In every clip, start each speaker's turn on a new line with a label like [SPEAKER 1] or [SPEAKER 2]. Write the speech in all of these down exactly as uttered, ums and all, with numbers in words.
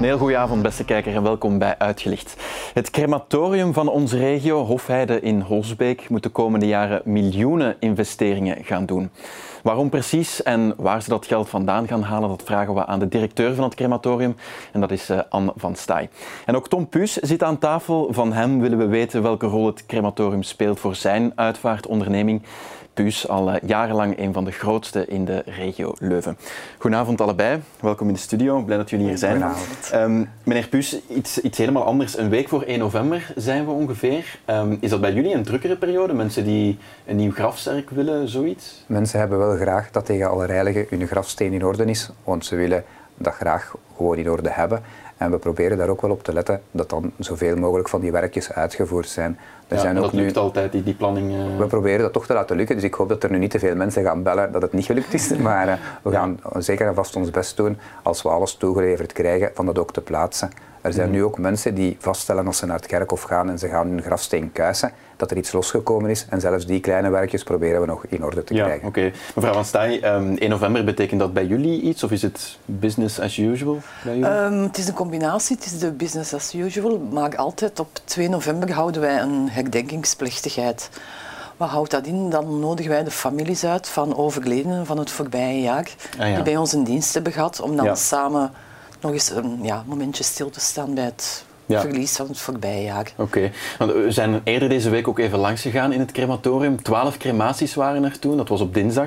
[SPEAKER 1] Een heel goede avond, beste kijker, en welkom bij Uitgelicht. Het crematorium van onze regio, Hofheide in Holsbeek, moet de komende jaren miljoenen investeringen gaan doen. Waarom precies en waar ze dat geld vandaan gaan halen, dat vragen we aan de directeur van het crematorium. En dat is uh, Anne van Staaij. En ook Tom Puus zit aan tafel. Van hem willen we weten welke rol het crematorium speelt voor zijn uitvaartonderneming. Puus, al uh, jarenlang een van de grootste in de regio Leuven. Goedenavond allebei, welkom in de studio. Blij dat jullie hier zijn.
[SPEAKER 2] Goedenavond.
[SPEAKER 1] Um, meneer Puus, iets, iets helemaal anders. Een week voor één november zijn we ongeveer. Um, is dat bij jullie een drukkere periode? Mensen die een nieuw grafzerk willen, zoiets?
[SPEAKER 2] Mensen hebben wel graag dat tegen alle heiligen hun grafsteen in orde is, want ze willen dat graag gewoon in orde hebben. En we proberen daar ook wel op te letten dat dan zoveel mogelijk van die werkjes uitgevoerd zijn. Er
[SPEAKER 1] ja,
[SPEAKER 2] zijn ook
[SPEAKER 1] dat lukt
[SPEAKER 2] nu...
[SPEAKER 1] altijd, die, die planning... Uh...
[SPEAKER 2] We proberen dat toch te laten lukken, dus ik hoop dat er nu niet te veel mensen gaan bellen dat het niet gelukt is. Maar uh, we gaan ja. zeker en vast ons best doen als we alles toegeleverd krijgen, van dat ook te plaatsen. Er zijn mm. nu ook mensen die vaststellen als ze naar het kerkhof gaan en ze gaan hun grafsteen kuisen, dat er iets losgekomen is. En zelfs die kleine werkjes proberen we nog in orde te
[SPEAKER 1] ja,
[SPEAKER 2] krijgen.
[SPEAKER 1] Oké. Okay. Mevrouw van Staaij, um, één november, betekent dat bij jullie iets of is het business as usual bij jullie?
[SPEAKER 3] Um, het is een combinatie, het is de business as usual. Maar altijd op twee november houden wij een herdenkingsplechtigheid. Wat houdt dat in? Dan nodigen wij de families uit van overledenen van het voorbije jaar, ah, ja. die bij ons in dienst hebben gehad, om dan ja. samen nog eens een ja, momentje stil te staan bij het ja. verlies van het voorbije jaar.
[SPEAKER 1] Oké, okay. We zijn eerder deze week ook even langs gegaan in het crematorium. Twaalf crematies waren er toen, dat was op dinsdag.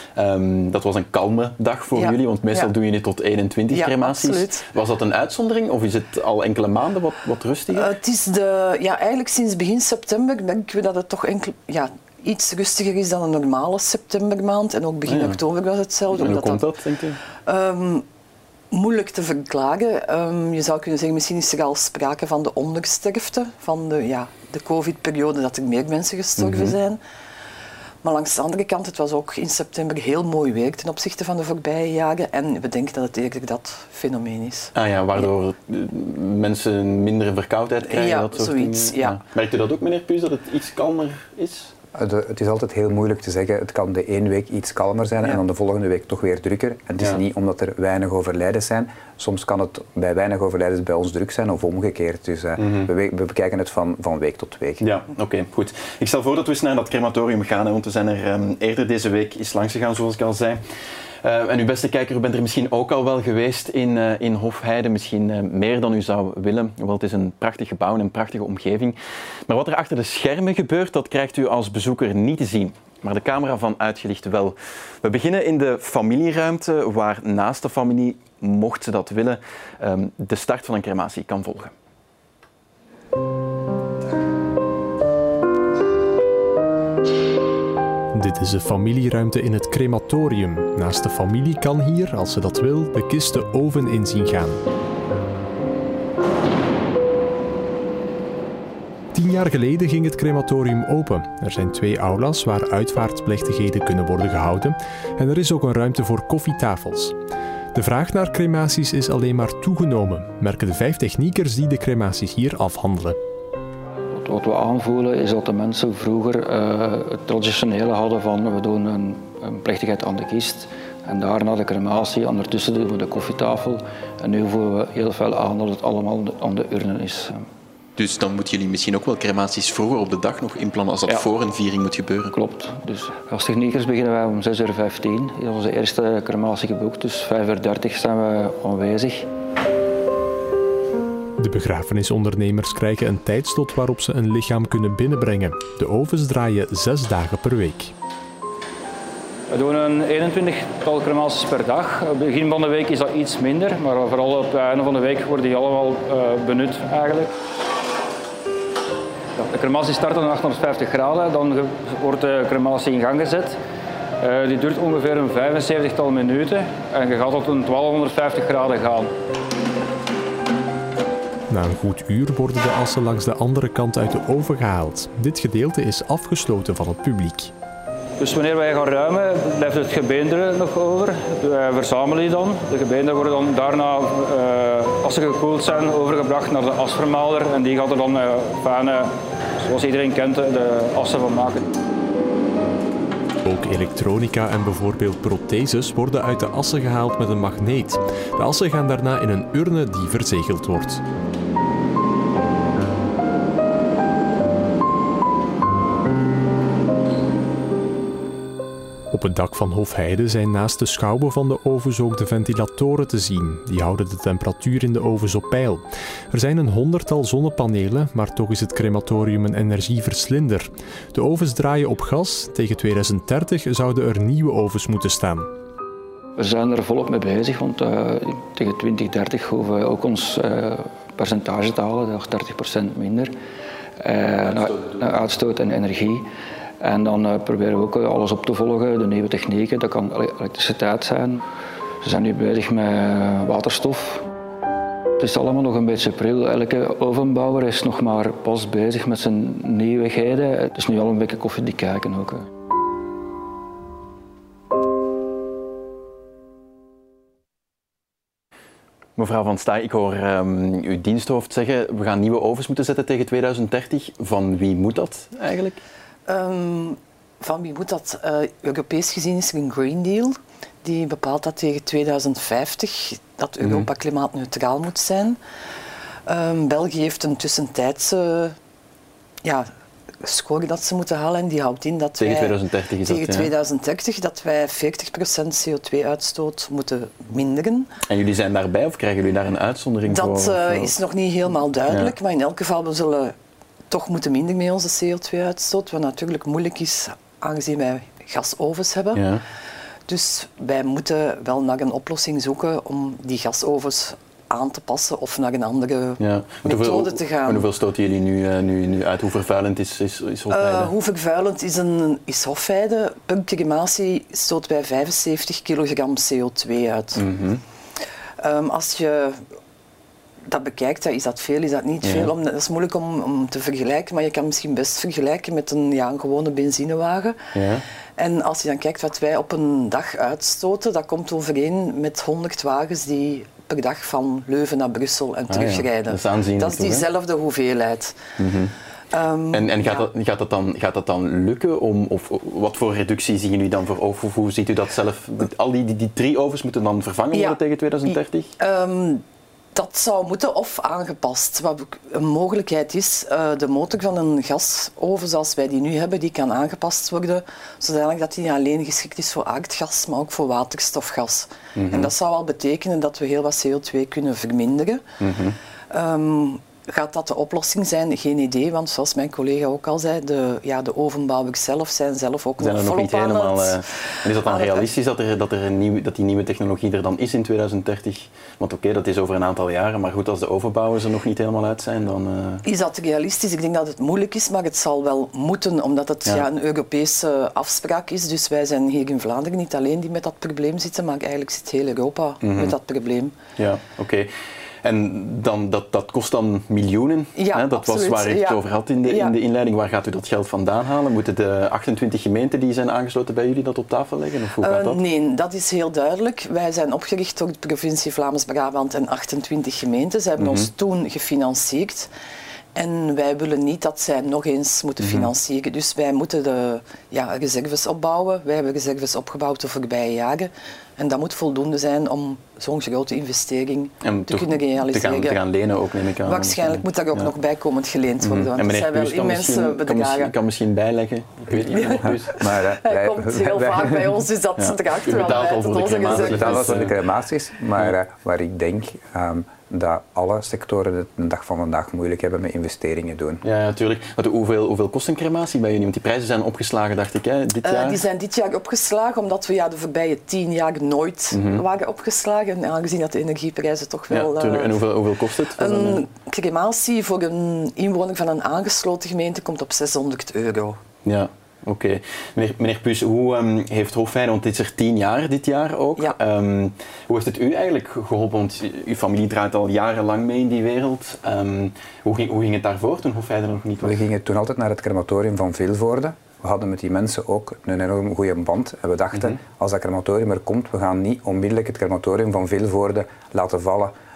[SPEAKER 1] Um, dat was een kalme dag voor ja. jullie, want meestal ja. doen jullie tot eenentwintig
[SPEAKER 3] ja,
[SPEAKER 1] crematies.
[SPEAKER 3] Absoluut.
[SPEAKER 1] Was dat een uitzondering of is het al enkele maanden wat, wat rustiger?
[SPEAKER 3] Uh, het is de, ja, eigenlijk sinds begin september denken we dat het toch enkel... Ja, iets rustiger is dan een normale septembermaand. En ook begin ah, ja. oktober was hetzelfde.
[SPEAKER 1] En hoe komt dat, denk je?
[SPEAKER 3] Um, moeilijk te verklaren. Um, je zou kunnen zeggen, misschien is er al sprake van de ondersterfte, van de, ja, de covid-periode, dat er meer mensen gestorven mm-hmm. zijn. Maar langs de andere kant, het was ook in september heel mooi weer ten opzichte van de voorbije jaren. En we denken dat het eerder dat fenomeen is.
[SPEAKER 1] Ah ja, waardoor ja. mensen minder verkoudheid krijgen?
[SPEAKER 3] Ja,
[SPEAKER 1] dat soort
[SPEAKER 3] zoiets.
[SPEAKER 1] dingen.
[SPEAKER 3] Ja.
[SPEAKER 1] Ja. Merkt u dat ook, meneer Puus, dat het iets kalmer is?
[SPEAKER 2] De, het is altijd heel moeilijk te zeggen. Het kan de ene week iets kalmer zijn ja. en dan de volgende week toch weer drukker. En het is ja. niet omdat er weinig overlijdens zijn. Soms kan het bij weinig overlijdens bij ons druk zijn of omgekeerd. Dus uh, mm-hmm. we, we bekijken het van, van week tot week.
[SPEAKER 1] Ja, oké, okay, goed. Ik stel voor dat we eens naar dat crematorium gaan, hè, want we zijn er um, eerder deze week eens langs gegaan, zoals ik al zei. Uh, en uw beste kijker, u bent er misschien ook al wel geweest in, uh, in Hofheide, misschien uh, meer dan u zou willen. Wel, het is een prachtig gebouw en een prachtige omgeving. Maar wat er achter de schermen gebeurt, dat krijgt u als bezoeker niet te zien. Maar de camera van Uitgelicht wel. We beginnen in de familieruimte, waar naast de familie, mocht ze dat willen, um, de start van een crematie kan volgen.
[SPEAKER 4] Dit is de familieruimte in het crematorium. Naast de familie kan hier, als ze dat wil, de kist de oven in zien gaan. Tien jaar geleden ging het crematorium open. Er zijn twee aulas waar uitvaartplechtigheden kunnen worden gehouden en er is ook een ruimte voor koffietafels. De vraag naar crematies is alleen maar toegenomen, merken de vijf techniekers die de crematies hier afhandelen.
[SPEAKER 5] Wat we aanvoelen is dat de mensen vroeger uh, het traditionele hadden van we doen een, een plechtigheid aan de kist en daarna de crematie, ondertussen doen we de koffietafel en nu voelen we heel veel aan dat het allemaal aan de urnen is.
[SPEAKER 1] Dus dan moeten jullie misschien ook wel crematies vroeger op de dag nog inplannen als dat ja. voor een viering moet gebeuren?
[SPEAKER 5] Klopt. Dus als techniekers beginnen wij om zes uur vijftien. Is onze eerste crematie geboekt, dus vijf uur dertig zijn we aanwezig.
[SPEAKER 4] De begrafenisondernemers krijgen een tijdslot waarop ze een lichaam kunnen binnenbrengen. De ovens draaien zes dagen per week.
[SPEAKER 5] We doen een eenentwintigtal crematies per dag. Op het begin van de week is dat iets minder, maar vooral op het einde van de week worden die allemaal uh, benut eigenlijk. De crematie start aan achthonderdvijftig graden, dan wordt de crematie in gang gezet. Uh, die duurt ongeveer een vijfenzeventigtal minuten en je gaat tot een twaalfhonderdvijftig graden gaan.
[SPEAKER 4] Na een goed uur worden de assen langs de andere kant uit de oven gehaald. Dit gedeelte is afgesloten van het publiek.
[SPEAKER 5] Dus wanneer wij gaan ruimen, blijft het gebeenderen nog over. Wij verzamelen die dan. De gebeenderen worden dan daarna, uh, als ze gekoeld zijn, overgebracht naar de asvermaler. En die gaat er dan uh, fijne, zoals iedereen kent, de assen van maken.
[SPEAKER 4] Ook elektronica en bijvoorbeeld protheses worden uit de assen gehaald met een magneet. De assen gaan daarna in een urne die verzegeld wordt. Op het dak van Hofheide zijn naast de schouwen van de ovens ook de ventilatoren te zien. Die houden de temperatuur in de ovens op peil. Er zijn een honderdtal zonnepanelen, maar toch is het crematorium een energieverslinder. De ovens draaien op gas. Tegen tweeduizend dertig zouden er nieuwe ovens moeten staan.
[SPEAKER 5] We zijn er volop mee bezig, want uh, tegen twintig dertig hoeven we ook ons uh, percentage te halen, nog dertig procent minder. Uh, naar, naar uitstoot en energie. En dan uh, proberen we ook alles op te volgen, de nieuwe technieken, dat kan elektriciteit zijn. We zijn nu bezig met waterstof. Het is allemaal nog een beetje pril. Elke ovenbouwer is nog maar pas bezig met zijn nieuwigheden. Het is nu al een beetje koffiedik kijken ook.
[SPEAKER 1] Mevrouw Van Staaij, ik hoor um, uw diensthoofd zeggen, we gaan nieuwe ovens moeten zetten tegen tweeduizend dertig. Van wie moet dat eigenlijk?
[SPEAKER 3] Um, van wie moet dat? Uh, Europees gezien is er een Green Deal. Die bepaalt dat tegen tweeduizend vijftig dat Europa klimaatneutraal moet zijn. Um, België heeft een tussentijdse ja, score dat ze moeten halen en die houdt in dat
[SPEAKER 1] tegen
[SPEAKER 3] wij
[SPEAKER 1] tweeduizend dertig is
[SPEAKER 3] tegen
[SPEAKER 1] dat,
[SPEAKER 3] tweeduizend dertig dat wij veertig procent C O twee uitstoot moeten minderen.
[SPEAKER 1] En jullie zijn daarbij of krijgen jullie daar een uitzondering
[SPEAKER 3] dat,
[SPEAKER 1] voor?
[SPEAKER 3] Dat uh, is nog niet helemaal duidelijk,
[SPEAKER 1] ja.
[SPEAKER 3] Maar in elk geval we zullen toch moeten minderen met onze C O twee uitstoot, wat natuurlijk moeilijk is aangezien wij gasovens hebben.
[SPEAKER 1] Ja.
[SPEAKER 3] Dus wij moeten wel naar een oplossing zoeken om die gasovens aan te passen of naar een andere
[SPEAKER 1] ja.
[SPEAKER 3] methode
[SPEAKER 1] hoeveel,
[SPEAKER 3] te gaan.
[SPEAKER 1] En hoeveel stoten jullie nu, uh, nu, nu uit? Hoe vervuilend is, is, is Hofheide?
[SPEAKER 3] Uh, hoe vervuilend is, een, is Hofheide? Per crematie stoot wij vijfenzeventig kilogram C O twee uit.
[SPEAKER 1] Mm-hmm.
[SPEAKER 3] um, als je dat bekijkt, is dat veel, is dat niet
[SPEAKER 1] ja.
[SPEAKER 3] veel? Om, dat is moeilijk om, om te vergelijken, maar je kan misschien best vergelijken met een, ja, een gewone benzinewagen.
[SPEAKER 1] Ja.
[SPEAKER 3] En als je dan kijkt wat wij op een dag uitstoten, dat komt overeen met honderd wagens die per dag van Leuven naar Brussel en terugrijden.
[SPEAKER 1] Ah, ja. Dat is aanzienlijk.
[SPEAKER 3] Dat is diezelfde toch, hoeveelheid.
[SPEAKER 1] Mm-hmm. Um, en en gaat, ja. dat, gaat, dat dan, gaat dat dan lukken? Om, of wat voor reductie zien jullie dan voor over? Hoe ziet u dat zelf? Al die, die, die drie ovens moeten dan vervangen worden ja. tegen tweeduizend dertig?
[SPEAKER 3] Um, Dat zou moeten of aangepast. Wat een mogelijkheid is, uh, de motor van een gasoven zoals wij die nu hebben, die kan aangepast worden zodanig dat die niet alleen geschikt is voor aardgas, maar ook voor waterstofgas. Mm-hmm. En dat zou al betekenen dat we heel wat C O twee kunnen verminderen. Mm-hmm. Um, Gaat dat de oplossing zijn? Geen idee, want zoals mijn collega ook al zei, de, ja, de ovenbouwers zelf zijn zelf ook
[SPEAKER 1] zijn
[SPEAKER 3] nog
[SPEAKER 1] volop
[SPEAKER 3] volop
[SPEAKER 1] niet helemaal,
[SPEAKER 3] aan het...
[SPEAKER 1] Uh, en is dat dan realistisch dat, er, dat, er een nieuw, dat die nieuwe technologie er dan is in tweeduizend dertig? Want oké, okay, dat is over een aantal jaren, maar goed, als de ovenbouwers er nog niet helemaal uit zijn, dan... Uh...
[SPEAKER 3] Is dat realistisch? Ik denk dat het moeilijk is, maar het zal wel moeten, omdat het ja. Ja, een Europese afspraak is. Dus wij zijn hier in Vlaanderen niet alleen die met dat probleem zitten, maar eigenlijk zit heel Europa mm-hmm. met dat probleem.
[SPEAKER 1] Ja, oké. Okay. En dan, dat, dat kost dan miljoenen.
[SPEAKER 3] Ja,
[SPEAKER 1] hè? Dat
[SPEAKER 3] absoluut.
[SPEAKER 1] was waar ik
[SPEAKER 3] ja.
[SPEAKER 1] het over had in de,
[SPEAKER 3] ja.
[SPEAKER 1] in de inleiding. Waar gaat u dat geld vandaan halen? Moeten de achtentwintig gemeenten die zijn aangesloten bij jullie dat op tafel leggen? Of hoe gaat
[SPEAKER 3] uh,
[SPEAKER 1] dat?
[SPEAKER 3] Nee, dat is heel duidelijk. Wij zijn opgericht door de provincie Vlaams-Brabant en achtentwintig gemeenten. Ze hebben mm-hmm. ons toen gefinancierd. En wij willen niet dat zij nog eens moeten mm-hmm. financieren. Dus wij moeten de ja, reserves opbouwen. Wij hebben reserves opgebouwd de voorbije jaren. En dat moet voldoende zijn om zo'n grote investering
[SPEAKER 1] en
[SPEAKER 3] te kunnen realiseren.
[SPEAKER 1] Te gaan, te gaan lenen ook, neem ik aan.
[SPEAKER 3] Waarschijnlijk moet daar ook ja. nog bijkomend geleend worden. Want
[SPEAKER 1] en
[SPEAKER 3] dat zijn wel immense bedragen.
[SPEAKER 1] Ik kan misschien bijleggen. Ik weet niet. Ja. Dus.
[SPEAKER 3] Maar, uh, Hij wij, komt heel wij, vaak bij ons, dus dat ja. draagt wel bij tot onze
[SPEAKER 2] reserves. U betaalt voor de crematies, maar ja. uh, waar ik denk... Um, dat alle sectoren het de dag van vandaag moeilijk hebben met investeringen doen.
[SPEAKER 1] Ja, natuurlijk. Ja, hoeveel, hoeveel kost een crematie bij jullie? Want die prijzen zijn opgeslagen, dacht ik, hè, dit jaar?
[SPEAKER 3] Uh, die zijn dit jaar opgeslagen, omdat we ja, de voorbije tien jaar nooit mm-hmm. waren opgeslagen. En aangezien dat de energieprijzen toch wel...
[SPEAKER 1] Ja, uh, en hoeveel, hoeveel kost het?
[SPEAKER 3] Een, een crematie voor een inwoner van een aangesloten gemeente komt op zeshonderd euro.
[SPEAKER 1] Ja. Oké. Okay. Meneer, meneer Puus, hoe um, heeft Hofheide, want dit is er tien jaar dit jaar ook,
[SPEAKER 3] ja.
[SPEAKER 1] um, hoe heeft het u eigenlijk geholpen? Want uw familie draait al jarenlang mee in die wereld. Um, hoe, ging, hoe ging het daarvoor toen Hofheide nog niet was?
[SPEAKER 2] We gingen toen altijd naar het crematorium van Vilvoorde. We hadden met die mensen ook een enorm goede band. En we dachten, mm-hmm. als dat crematorium er komt, we gaan niet onmiddellijk het crematorium van Vilvoorde laten vallen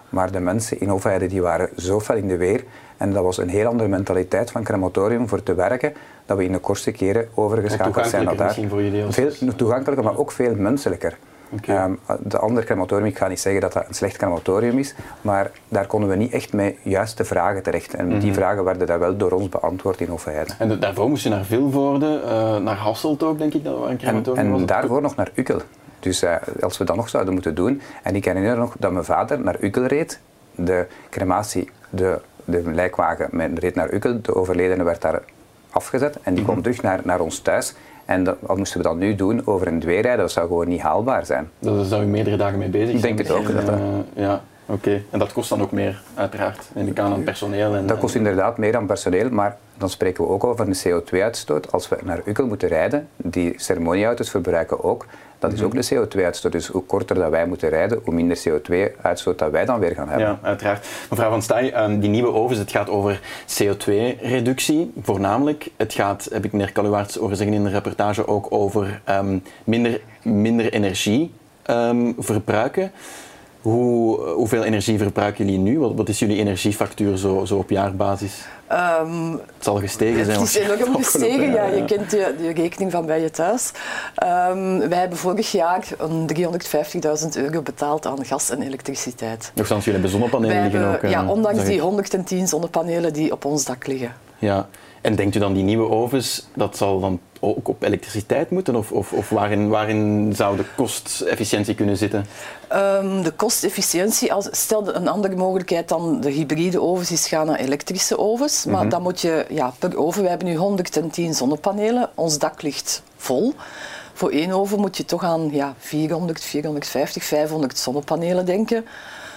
[SPEAKER 2] Maar de mensen in Hofheide die waren zo fel in de weer. En dat was een heel andere mentaliteit van crematorium voor te werken, dat we in de kortste keren overgeschakeld zijn naar daar.
[SPEAKER 1] Voor jullie
[SPEAKER 2] veel toegankelijker, maar ook veel menselijker. Okay. Um, de andere crematorium, ik ga niet zeggen dat dat een slecht crematorium is, maar daar konden we niet echt met juiste vragen terecht. En mm-hmm. die vragen werden daar wel door ons beantwoord in Hofheide.
[SPEAKER 1] En de, daarvoor moest je naar Vilvoorde, uh, naar Hasselt ook, denk ik, dat waar een crematorium
[SPEAKER 2] en,
[SPEAKER 1] was.
[SPEAKER 2] En daarvoor nog naar Ukkel. Dus uh, als we dat nog zouden moeten doen. En ik herinner nog dat mijn vader naar Ukkel reed, de crematie, de, de lijkwagen met reed naar Ukkel, de overledene werd daar afgezet en die mm-hmm. kwam terug naar, naar ons thuis. En dat, wat moesten we dan nu doen over een tweerijden? Dat zou gewoon niet haalbaar zijn.
[SPEAKER 1] Daar zou je meerdere dagen mee bezig zijn.
[SPEAKER 2] Ik denk het ook. Dat, uh,
[SPEAKER 1] ja, oké. Okay. En dat kost dan ook meer, uiteraard. En ik aan aan personeel. En,
[SPEAKER 2] dat kost inderdaad meer aan personeel, maar dan spreken we ook over een C O twee uitstoot. Als we naar Ukkel moeten rijden, die ceremonieauto's verbruiken ook, dat is ook de C O twee uitstoot. Dus hoe korter dat wij moeten rijden, hoe minder C O twee uitstoot dat wij dan weer gaan hebben.
[SPEAKER 1] Ja, uiteraard. Mevrouw Van Staaij, die nieuwe ovens, het gaat over C O twee reductie, voornamelijk. Het gaat, heb ik meneer Kaluwaerts horen zeggen in de reportage, ook over um, minder, minder energie um, verbruiken. Hoe, hoeveel energie verbruiken jullie nu? Wat, wat is jullie energiefactuur zo, zo op jaarbasis? Um, het zal gestegen zijn.
[SPEAKER 3] Het is enorm gestegen, ja. Je kent de, de rekening van bij je thuis. Um, wij hebben vorig jaar een driehonderdvijftigduizend euro betaald aan gas en elektriciteit.
[SPEAKER 1] Nochtans, jullie hebben zonnepanelen liggen
[SPEAKER 3] hebben,
[SPEAKER 1] ook.
[SPEAKER 3] Ja, ondanks die honderdtien zonnepanelen die op ons dak liggen.
[SPEAKER 1] Ja. En denkt u dan die nieuwe ovens, dat zal dan ook op elektriciteit moeten? Of, of, of waarin, waarin zou de kostefficiëntie kunnen zitten?
[SPEAKER 3] Um, de kostefficiëntie, als, stel een andere mogelijkheid dan de hybride ovens, is gaan naar elektrische ovens. Maar mm-hmm. dan moet je ja, per oven, we hebben nu honderdtien zonnepanelen, ons dak ligt vol. Voor één oven moet je toch aan ja, vierhonderd, vierhonderdvijftig, vijfhonderd zonnepanelen denken.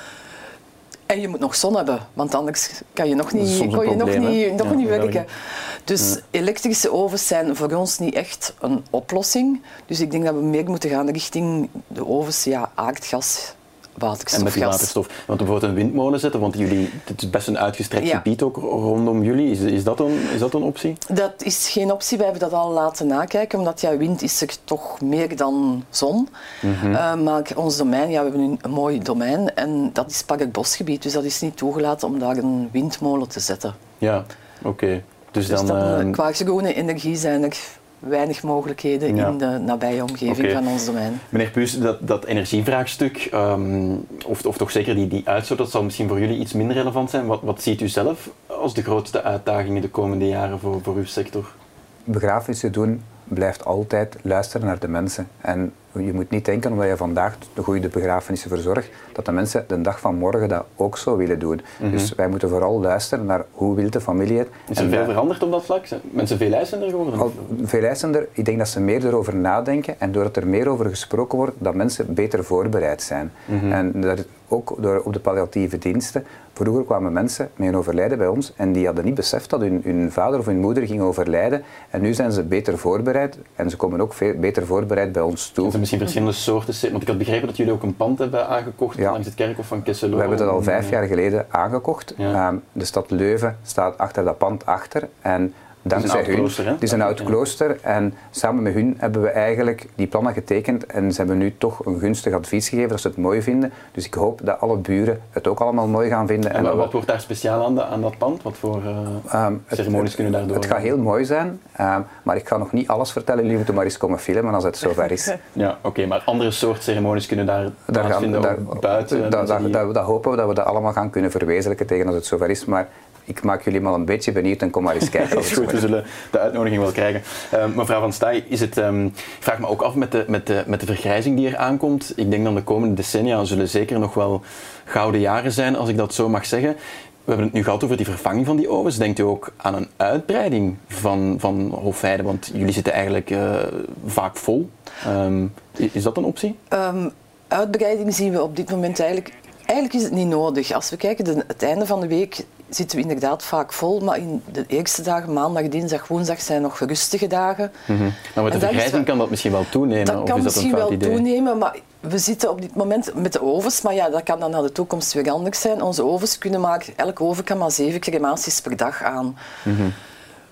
[SPEAKER 3] En je moet nog zon hebben, want anders kan je nog niet, kon je nog niet, nog ja, niet werken. Dus ja. elektrische ovens zijn voor ons niet echt een oplossing. Dus ik denk dat we meer moeten gaan richting de ovens, ja, aardgas, waterstof.
[SPEAKER 1] En met die waterstof. Want bijvoorbeeld een windmolen zetten, want jullie, het is best een uitgestrekt ja. gebied ook rondom jullie. Is, is, dat een, is dat een optie?
[SPEAKER 3] Dat is geen optie. We hebben dat al laten nakijken, omdat ja, wind is er toch meer dan zon. Mm-hmm. Uh, maar ons domein, ja, we hebben nu een mooi domein en dat is parkbosgebied, dus dat is niet toegelaten om daar een windmolen te zetten.
[SPEAKER 1] Ja, oké. Okay. Dus,
[SPEAKER 3] dus
[SPEAKER 1] dan,
[SPEAKER 3] dan
[SPEAKER 1] uh...
[SPEAKER 3] qua groene energie zijn er weinig mogelijkheden ja. in de nabije omgeving okay. van ons domein.
[SPEAKER 1] Meneer Puus, dat, dat energievraagstuk, um, of, of toch zeker die, die uitstoot, dat zal misschien voor jullie iets minder relevant zijn. Wat, wat ziet u zelf als de grootste uitdagingen de komende jaren voor, voor uw sector?
[SPEAKER 2] Begrafenissen doen blijft altijd luisteren naar de mensen. En je moet niet denken, omdat je vandaag de goede begrafenissen verzorgt, dat de mensen de dag van morgen dat ook zo willen doen. Mm-hmm. Dus wij moeten vooral luisteren naar hoe wil de familie het.
[SPEAKER 1] Is er en veel veranderd op dat vlak? Zijn mensen veel eisender geworden?
[SPEAKER 2] Al, veel eisender. Ik denk dat ze meer erover nadenken en doordat er meer over gesproken wordt, dat mensen beter voorbereid zijn. Mm-hmm. En dat ook door, op de palliatieve diensten. Vroeger kwamen mensen met een overlijden bij ons en die hadden niet beseft dat hun, hun vader of hun moeder ging overlijden. En nu zijn ze beter voorbereid en ze komen ook veel beter voorbereid bij ons toe.
[SPEAKER 1] Er zijn misschien verschillende soorten, want ik had begrepen dat jullie ook een pand hebben aangekocht ja. langs het kerkhof van Kesselo.
[SPEAKER 2] We hebben dat al vijf jaar geleden aangekocht. Ja. Um, de stad Leuven staat achter dat pand achter. En dankzij hun,
[SPEAKER 1] klooster,
[SPEAKER 2] het is een oud klooster en samen met hun hebben we eigenlijk die plannen getekend en ze hebben nu toch een gunstig advies gegeven dat ze het mooi vinden. Dus ik hoop dat alle buren het ook allemaal mooi gaan vinden.
[SPEAKER 1] En, en wat, wat wordt daar speciaal aan, de, aan dat pand? Wat voor uh, um, ceremonies
[SPEAKER 2] het,
[SPEAKER 1] kunnen daardoor?
[SPEAKER 2] Het gaat heel mooi zijn, um, maar ik ga nog niet alles vertellen. Jullie moeten maar eens komen filmen als het zover is.
[SPEAKER 1] Ja, oké, okay, maar andere soort ceremonies kunnen daar, daar plaatsvinden
[SPEAKER 2] daar,
[SPEAKER 1] buiten?
[SPEAKER 2] Da, da, da, dat hopen we dat we dat allemaal gaan kunnen verwezenlijken tegen als het zover is. Maar ik maak jullie maar een beetje benieuwd en kom maar eens kijken.
[SPEAKER 1] Dat is goed, we zullen de uitnodiging wel krijgen. Uh, mevrouw Van Staaij, is het, um, ik vraag me ook af met de, met, de, met de vergrijzing die er aankomt. Ik denk dat de komende decennia zullen zeker nog wel gouden jaren zijn, als ik dat zo mag zeggen. We hebben het nu gehad over die vervanging van die ovens. Denkt u ook aan een uitbreiding van, van Hofheide? Want jullie zitten eigenlijk uh, vaak vol. Um, is dat een optie?
[SPEAKER 3] Um, uitbreiding zien we op dit moment eigenlijk... Eigenlijk is het niet nodig. Als we kijken, de, het einde van de week zitten we inderdaad vaak vol, maar in de eerste dagen, maandag, dinsdag, woensdag, zijn nog rustige dagen.
[SPEAKER 1] Mm-hmm. Maar met de vergrijzing kan dat misschien wel toenemen?
[SPEAKER 3] Dat
[SPEAKER 1] of
[SPEAKER 3] kan
[SPEAKER 1] is dat
[SPEAKER 3] misschien
[SPEAKER 1] een fout
[SPEAKER 3] wel
[SPEAKER 1] idee?
[SPEAKER 3] toenemen, maar we zitten op dit moment met de ovens, maar ja, dat kan dan naar de toekomst weer anders zijn. Onze ovens kunnen maar, elke oven kan maar zeven crematies per dag aan.
[SPEAKER 1] Mm-hmm.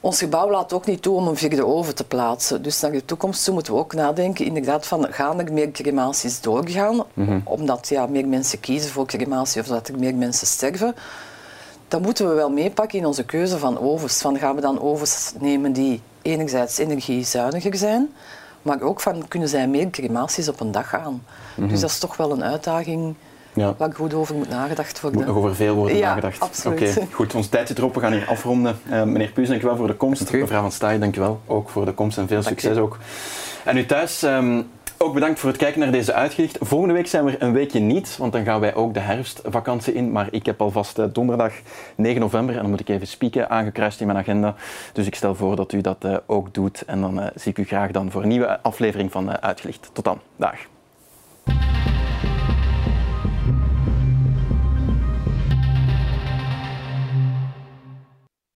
[SPEAKER 3] Ons gebouw laat ook niet toe om een vierde oven te plaatsen. Dus naar de toekomst toe moeten we ook nadenken, inderdaad, van gaan er meer crematies doorgaan, mm-hmm. omdat ja, meer mensen kiezen voor crematie of dat er meer mensen sterven. Dat moeten we wel meepakken in onze keuze van ovens. Van gaan we dan ovens nemen die enerzijds energiezuiniger zijn, maar ook van kunnen zij meer crematies op een dag aan. Mm-hmm. Dus dat is toch wel een uitdaging. Ja. Waar goed over moet nagedacht worden.
[SPEAKER 1] Moet nog over veel worden
[SPEAKER 3] ja,
[SPEAKER 1] nagedacht.
[SPEAKER 3] Absoluut.
[SPEAKER 1] Oké, okay, goed. Ons tijd zit erop. We gaan hier afronden. Uh, meneer Puus, dank u wel voor de komst. Mevrouw van Staaij, dank u wel ook voor de komst en veel dank succes u. Ook. En u thuis, um, ook bedankt voor het kijken naar deze uitgelicht. Volgende week zijn we er een weekje niet, want dan gaan wij ook de herfstvakantie in. Maar ik heb alvast uh, donderdag negen november, en dan moet ik even spieken, aangekruist in mijn agenda. Dus ik stel voor dat u dat uh, ook doet. En dan uh, zie ik u graag dan voor een nieuwe aflevering van uh, Uitgelicht. Tot dan. Dag.